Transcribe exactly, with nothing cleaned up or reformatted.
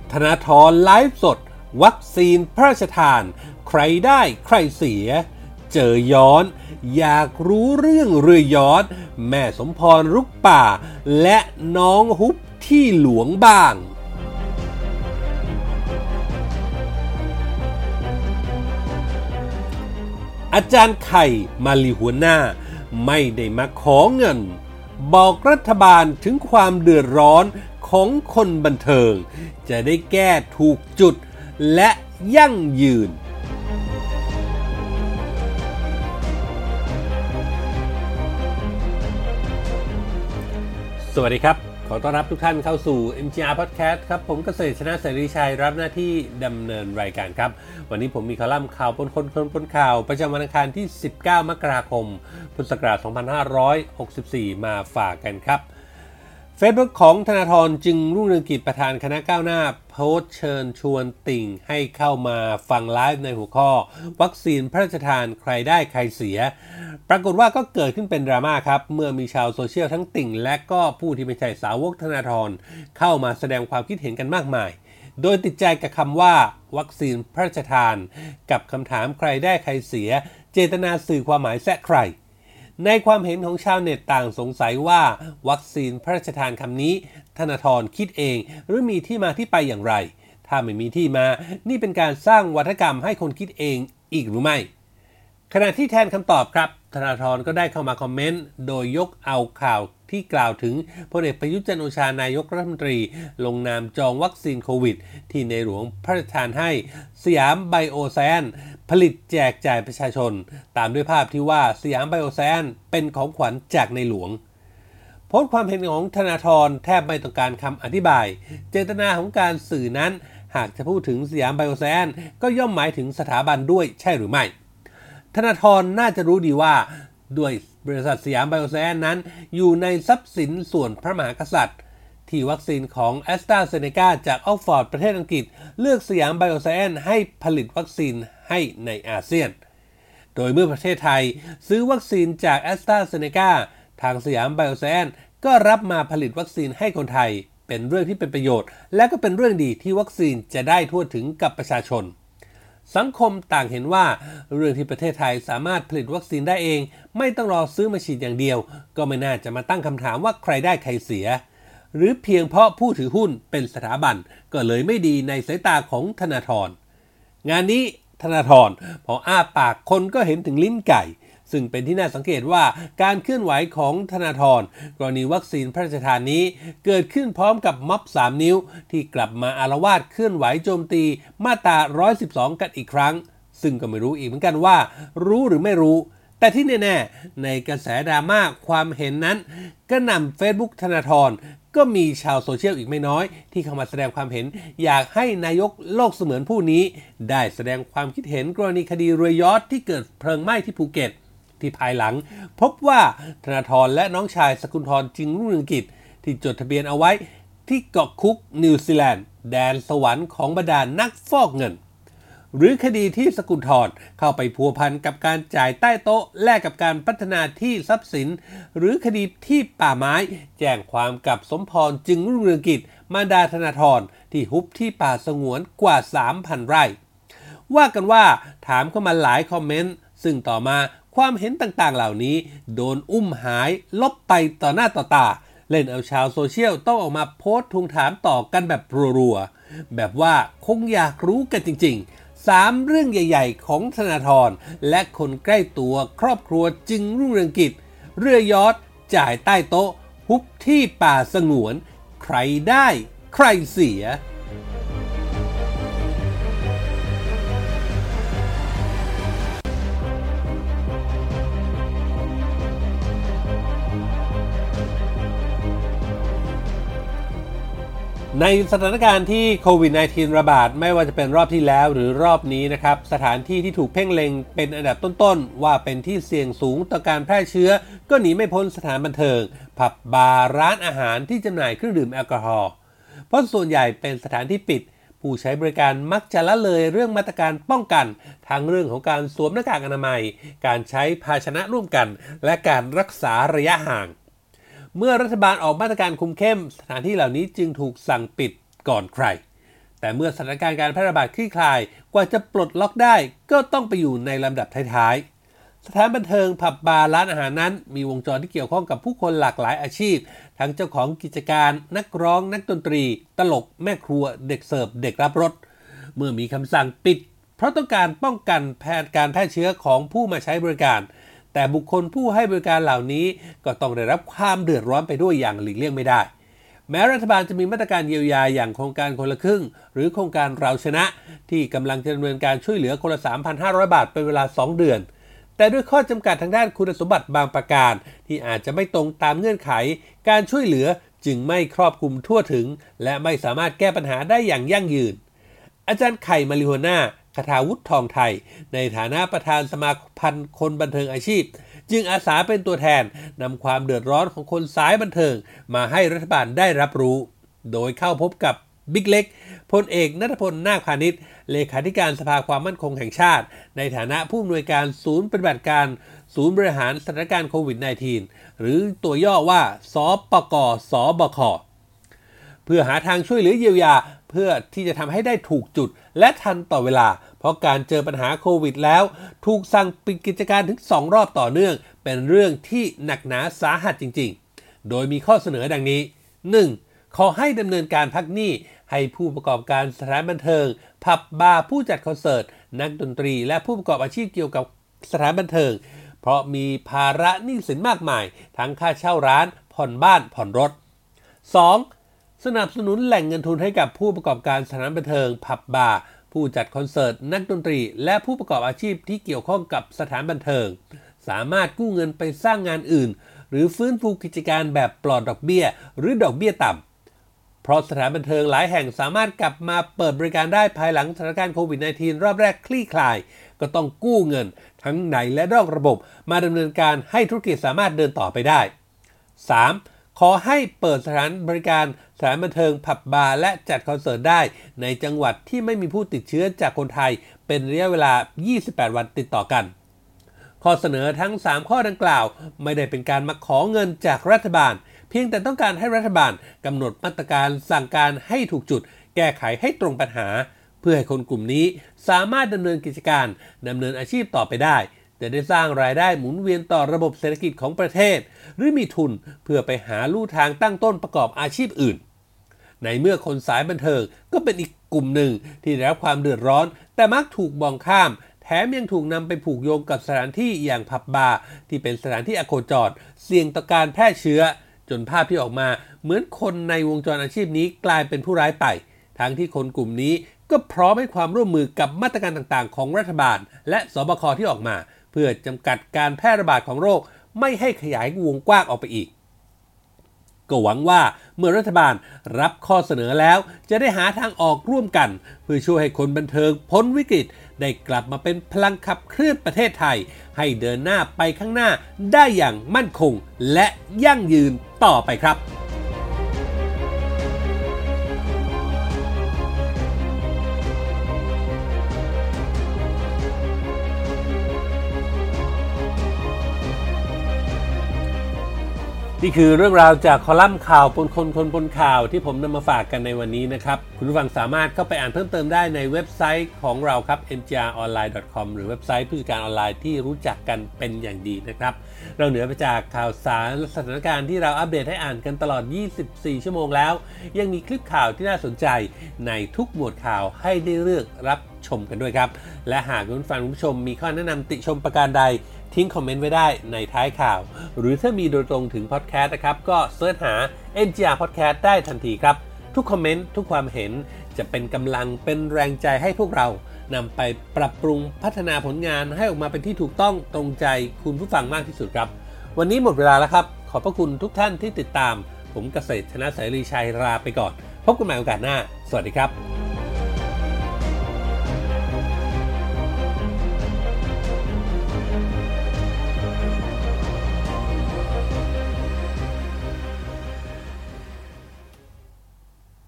ธนาธรไลฟ์สดวัคซีนพระราชทานใครได้ใครเสียเจอย้อนอยากรู้เรื่องเรือยอชต์แม่สมพรรุกป่าและน้องฮุบที่หลวงบ้างอาจารย์ไข่มาลีหัวหน้าไม่ได้มาขอเงินบอกรัฐบาลถึงความเดือดร้อนของคนบันเทิงจะได้แก้ถูกจุดและยั่งยืนสวัสดีครับขอต้อนรับทุกท่านเข้าสู่ เอ็ม จี อาร์ Podcast ครับผมเกษตรชนะเสรีชัยรับหน้าที่ดำเนินรายการครับวันนี้ผมมีคอลัมน์ข่าวปนคนคนปนข่าวประจำวันอังคารที่สิบเก้ามกราคมพุทธศักราชสองพันห้าร้อยหกสิบสี่มาฝากกันครับเฟซบุ๊กของธนาธรจึงรุ่งเรืองกิจประธานคณะก้าวหน้าโพสต์เชิญชวนติ่งให้เข้ามาฟังไลฟ์ในหัวข้อวัคซีนพระราชทานใครได้ใครเสียปรากฏว่าก็เกิดขึ้นเป็นดราม่าครับเมื่อมีชาวโซเชียลทั้งติ่งและก็ผู้ที่ไม่ใช่สาวกธนาธรเข้ามาแสดงความคิดเห็นกันมากมายโดยติดใจกับคำว่าวัคซีนพระราชทานกับคำถามใครได้ใครเสียเจตนาสื่อความหมายแทรกใครในความเห็นของชาวเน็ตต่างสงสัยว่าวัคซีนพระราชทานคำนี้ธนาธรคิดเองหรือมีที่มาที่ไปอย่างไรถ้าไม่มีที่มานี่เป็นการสร้างวัฒกรรมให้คนคิดเองอีกหรือไม่ขณะที่แทนคำตอบครับธนาธรก็ได้เข้ามาคอมเมนต์โดยยกเอาข่าวที่กล่าวถึงพลเอกประยุทธ์จันทร์โอชานายกรัฐมนตรีลงนามจองวัคซีนโควิดที่ในหลวงพระราชทานให้สยามไบโอแซนผลิตแจกจ่ายประชาชนตามด้วยภาพที่ว่าสยามไบโอแซนเป็นของขวัญจากในหลวงโพสต์ความเห็นของธนาธรแทบไม่ต้องการคำอธิบายเจตนาของการสื่อนั้นหากจะพูดถึงสยามไบโอแซนก็ย่อมหมายถึงสถาบันด้วยใช่หรือไม่ธนาธรน่าจะรู้ดีว่าด้วยบริษัทสยามไบโอแซนนั้นอยู่ในทรัพย์สินส่วนพระมหากษัตริย์ที่วัคซีนของแอสตราเซเนกาจากออกฟอร์ดประเทศอังกฤษเลือกสยามไบโอแซนให้ผลิตวัคซีนให้ในอาเซียนโดยเมื่อประเทศไทยซื้อวัคซีนจากแอสตราเซเนกาทางสยามไบโอแซนก็รับมาผลิตวัคซีนให้คนไทยเป็นเรื่องที่เป็นประโยชน์และก็เป็นเรื่องดีที่วัคซีนจะได้ทั่วถึงกับประชาชนสังคมต่างเห็นว่าเรื่องที่ประเทศไทยสามารถผลิตวัคซีนได้เองไม่ต้องรอซื้อมาฉีดอย่างเดียวก็ไม่น่าจะมาตั้งคำถามว่าใครได้ใครเสียหรือเพียงเพราะผู้ถือหุ้นเป็นสถาบันก็เลยไม่ดีในสายตาของธนาธรงานนี้ธนาธรพออ้าปากคนก็เห็นถึงลิ้นไก่ซึ่งเป็นที่น่าสังเกตว่าการเคลื่อนไหวของธนาธรกรณีวัคซีนพระราชทานนี้เกิดขึ้นพร้อมกับม็อบสามนิ้วที่กลับมาอาละวาดเคลื่อนไหวโจมตีมาตราหนึ่งร้อยสิบสองกันอีกครั้งซึ่งก็ไม่รู้อีกเหมือนกันว่ารู้หรือไม่รู้แต่ที่แน่ๆในกระแสดราม่าความเห็นนั้นก็นำ Facebook ธนาธรก็มีชาวโซเชียลอีกไม่น้อยที่เข้ามาแสดงความเห็นอยากให้นายกโลกเสมือนผู้นี้ได้แสดงความคิดเห็นกรณีคดีเรือยอชต์ที่เกิดเพลิงไหม้ที่ภูเก็ตที่ภายหลังพบว่าธนาธรและน้องชายสกุลธรจึงรุ่งเรืองกิจที่จดทะเบียนเอาไว้ที่เกาะคุกนิวซีแลนด์แดนสวรรค์ของบรรดานักฟอกเงินหรือคดีที่สกุลธรเข้าไปพัวพันกับการจ่ายใต้โต๊ะแลกกับการพัฒนาที่ทรัพย์สินหรือคดีที่ป่าไม้แจ้งความกับสมพรจึงรุ่งเรืองกิจมารดาธนาธรที่ฮุบที่ป่าสงวนกว่า สามพัน ไร่ว่ากันว่าถามเข้ามาหลายคอมเมนต์ซึ่งต่อมาความเห็นต่างๆเหล่านี้โดนอุ้มหายลบไปต่อหน้าต่อตาเล่นเอาชาวโซเชียลต้องออกมาโพสต์ทวงถามต่อกันแบบรัวๆแบบว่าคงอยากรู้กันจริงๆสามเรื่องใหญ่ๆของธนาธรและคนใกล้ตัวครอบครัวจึงรุ่งเรืองกิจเรือยอชต์จ่ายใต้โต๊ะฮุบที่ป่าสงวนใครได้ใครเสียในสถานการณ์ที่โควิด สิบเก้า ระบาดไม่ว่าจะเป็นรอบที่แล้วหรือรอบนี้นะครับสถานที่ที่ถูกเพ่งเล็งเป็นอันดับต้นๆว่าเป็นที่เสี่ยงสูงต่อการแพร่เชื้อก็หนีไม่พ้นสถานบันเทิงผับบาร์ร้านอาหารที่จำหน่ายเครื่องดื่มแอลกอฮอล์เพราะส่วนใหญ่เป็นสถานที่ปิดผู้ใช้บริการมักจะละเลยเรื่องมาตรการป้องกันทั้งเรื่องของการสวมหน้ากากอนามัยการใช้ภาชนะร่วมกันและการรักษาระยะห่างเมื่อรัฐบาลออกมาตรการคุมเข้มสถานที่เหล่านี้จึงถูกสั่งปิดก่อนใครแต่เมื่อสถานการณ์การแพร่ระบาดคลี่คลายกว่าจะปลดล็อกได้ก็ต้องไปอยู่ในลำดับท้ายๆสถานบันเทิงผับบาร์ร้านอาหารนั้นมีวงจรที่เกี่ยวข้องกับผู้คนหลากหลายอาชีพทั้งเจ้าของกิจการนักร้องนักดนตรีตลกแม่ครัวเด็กเสิร์ฟเด็กรับรถเมื่อมีคำสั่งปิดเพราะต้องการป้องกันแพร่การแพร่เชื้อของผู้มาใช้บริการแต่บุคคลผู้ให้บริการเหล่านี้ก็ต้องได้รับความเดือดร้อนไปด้วยอย่างหลีกเลี่ยงไม่ได้แม้รัฐบาลจะมีมาตรการเยียวยาอย่างโครงการคนละครึ่งหรือโครงการเราชนะที่กำลังจะดำเนินการช่วยเหลือคนละ สามพันห้าร้อย บาทเป็นเวลาสองเดือนแต่ด้วยข้อจำกัดทางด้านคุณสมบัติบางประการที่อาจจะไม่ตรงตามเงื่อนไขการช่วยเหลือจึงไม่ครอบคลุมทั่วถึงและไม่สามารถแก้ปัญหาได้อย่างยั่งยืนอาจารย์ไข่มาริโฮน่าคทาวุฒิทองไทยในฐานะประธานสมาพันธ์คนบันเทิงอาชีพจึงอาสาเป็นตัวแทนนำความเดือดร้อนของคนสายบันเทิงมาให้รัฐบาลได้รับรู้โดยเข้าพบกับบิ๊กเล็กพลเอกณัฐพลนาคพานิชเลขาธิการสภาความมั่นคงแห่งชาติในฐานะผู้อำนวยการศูนย์ปฏิบัติการศูนย์บริหารสถานการณ์โควิด สิบเก้า หรือตัวย่อว่าสปกสบคเพื่อหาทางช่วยเหลือเยียวยาเพื่อที่จะทำให้ได้ถูกจุดและทันต่อเวลาเพราะการเจอปัญหาโควิดแล้วถูกสั่งปิดกิจการถึงสองรอบต่อเนื่องเป็นเรื่องที่หนักหนาสาหัสจริงๆโดยมีข้อเสนอดังนี้ หนึ่ง. ขอให้ดำเนินการพักหนี้ให้ผู้ประกอบการสถานบันเทิงผับบาร์ผู้จัดคอนเสิร์ตนักดนตรีและผู้ประกอบอาชีพเกี่ยวกับสถานบันเทิงเพราะมีภาระหนี้สินมากมายทั้งค่าเช่าร้านผ่อนบ้านผ่อนรถ สอง. สนับสนุนแหล่งเงินทุนให้กับผู้ประกอบการสถานบันเทิงผับบาร์ผู้จัดคอนเสิร์ตนักดนตรีและผู้ประกอบอาชีพที่เกี่ยวข้องกับสถานบันเทิงสามารถกู้เงินไปสร้างงานอื่นหรือฟื้นฟูกิจการแบบปลอดดอกเบี้ยหรือดอกเบี้ยต่ำเพราะสถานบันเทิงหลายแห่งสามารถกลับมาเปิดบริการได้ภายหลังสถานการณ์โควิด สิบเก้า รอบแรกคลี่คลายก็ต้องกู้เงินทั้งในและนอกระบบมาดำเนินการให้ธุรกิจสามารถเดินต่อไปได้ สาม. ขอให้เปิดสถานบริการสถานบันเทิงผับบาร์และจัดคอนเสิร์ตได้ในจังหวัดที่ไม่มีผู้ติดเชื้อจากคนไทยเป็นระยะเวลายี่สิบแปดวันติดต่อกันข้อเสนอทั้งสามข้อดังกล่าวไม่ได้เป็นการมาขอเงินจากรัฐบาลเพียงแต่ต้องการให้รัฐบาลกำหนดมาตรการสั่งการให้ถูกจุดแก้ไขให้ตรงปัญหาเพื่อให้คนกลุ่มนี้สามารถดำเนินกิจการดำเนินอาชีพต่อไปได้จะได้สร้างรายได้หมุนเวียนต่อระบบเศรษฐกิจของประเทศหรือมีทุนเพื่อไปหาลู่ทางตั้งต้นประกอบอาชีพอื่นในเมื่อคนสายบันเทิงก็เป็นอีกกลุ่มหนึ่งที่ได้รับความเดือดร้อนแต่มักถูกมองข้ามแถมยังถูกนำไปผูกโยงกับสถานที่อย่างผับบาร์ที่เป็นสถานที่อโคจรเสี่ยงต่อการแพร่เชื้อจนภาพที่ออกมาเหมือนคนในวงจรอาชีพนี้กลายเป็นผู้ร้ายไปทั้งที่คนกลุ่มนี้ก็พร้อมให้ความร่วมมือกับมาตรการต่างๆของรัฐบาลและสบคที่ออกมาเพื่อจำกัดการแพร่ระบาดของโรคไม่ให้ขยายวงกว้างออกไปอีกก็หวังว่าเมื่อรัฐบาลรับข้อเสนอแล้วจะได้หาทางออกร่วมกันเพื่อช่วยให้คนบันเทิงพ้นวิกฤตได้กลับมาเป็นพลังขับเคลื่อนประเทศไทยให้เดินหน้าไปข้างหน้าได้อย่างมั่นคงและยั่งยืนต่อไปครับนี่คือเรื่องราวจากคอลัมน์ข่าวปนคนคนปนข่าวที่ผมนำมาฝากกันในวันนี้นะครับคุณผู้ฟังสามารถเข้าไปอ่านเพิ่มเติมได้ในเว็บไซต์ของเราครับ เอ็ม จี อาร์ ออนไลน์ ดอท คอม หรือเว็บไซต์ผู้จัดการออนไลน์ที่รู้จักกันเป็นอย่างดีนะครับเราเหนือไปจากข่าวสารสถานการณ์ที่เราอัปเดตให้อ่านกันตลอดยี่สิบสี่ชั่วโมงแล้วยังมีคลิปข่าวที่น่าสนใจในทุกหมวดข่าวให้ได้เลือกรับชมกันด้วยครับและหากคุณผู้ฟังคุณผู้ชมมีข้อแนะนำติชมประการใดทิ้งคอมเมนต์ไว้ได้ในท้ายข่าวหรือถ้ามีโดยตรงถึงพอดแคสต์นะครับก็เสิร์ชหา เอ็ม จี อาร์ Podcast ได้ทันทีครับทุกคอมเมนต์ทุกความเห็นจะเป็นกำลังเป็นแรงใจให้พวกเรานำไปปรับปรุงพัฒนาผลงานให้ออกมาเป็นที่ถูกต้องตรงใจคุณผู้ฟังมากที่สุดครับวันนี้หมดเวลาแล้วครับขอบพระคุณทุกท่านที่ติดตามผมเกษตรชนะเสรีชัยลาไปก่อนพบกันใหม่โอกาสหน้าสวัสดีครับ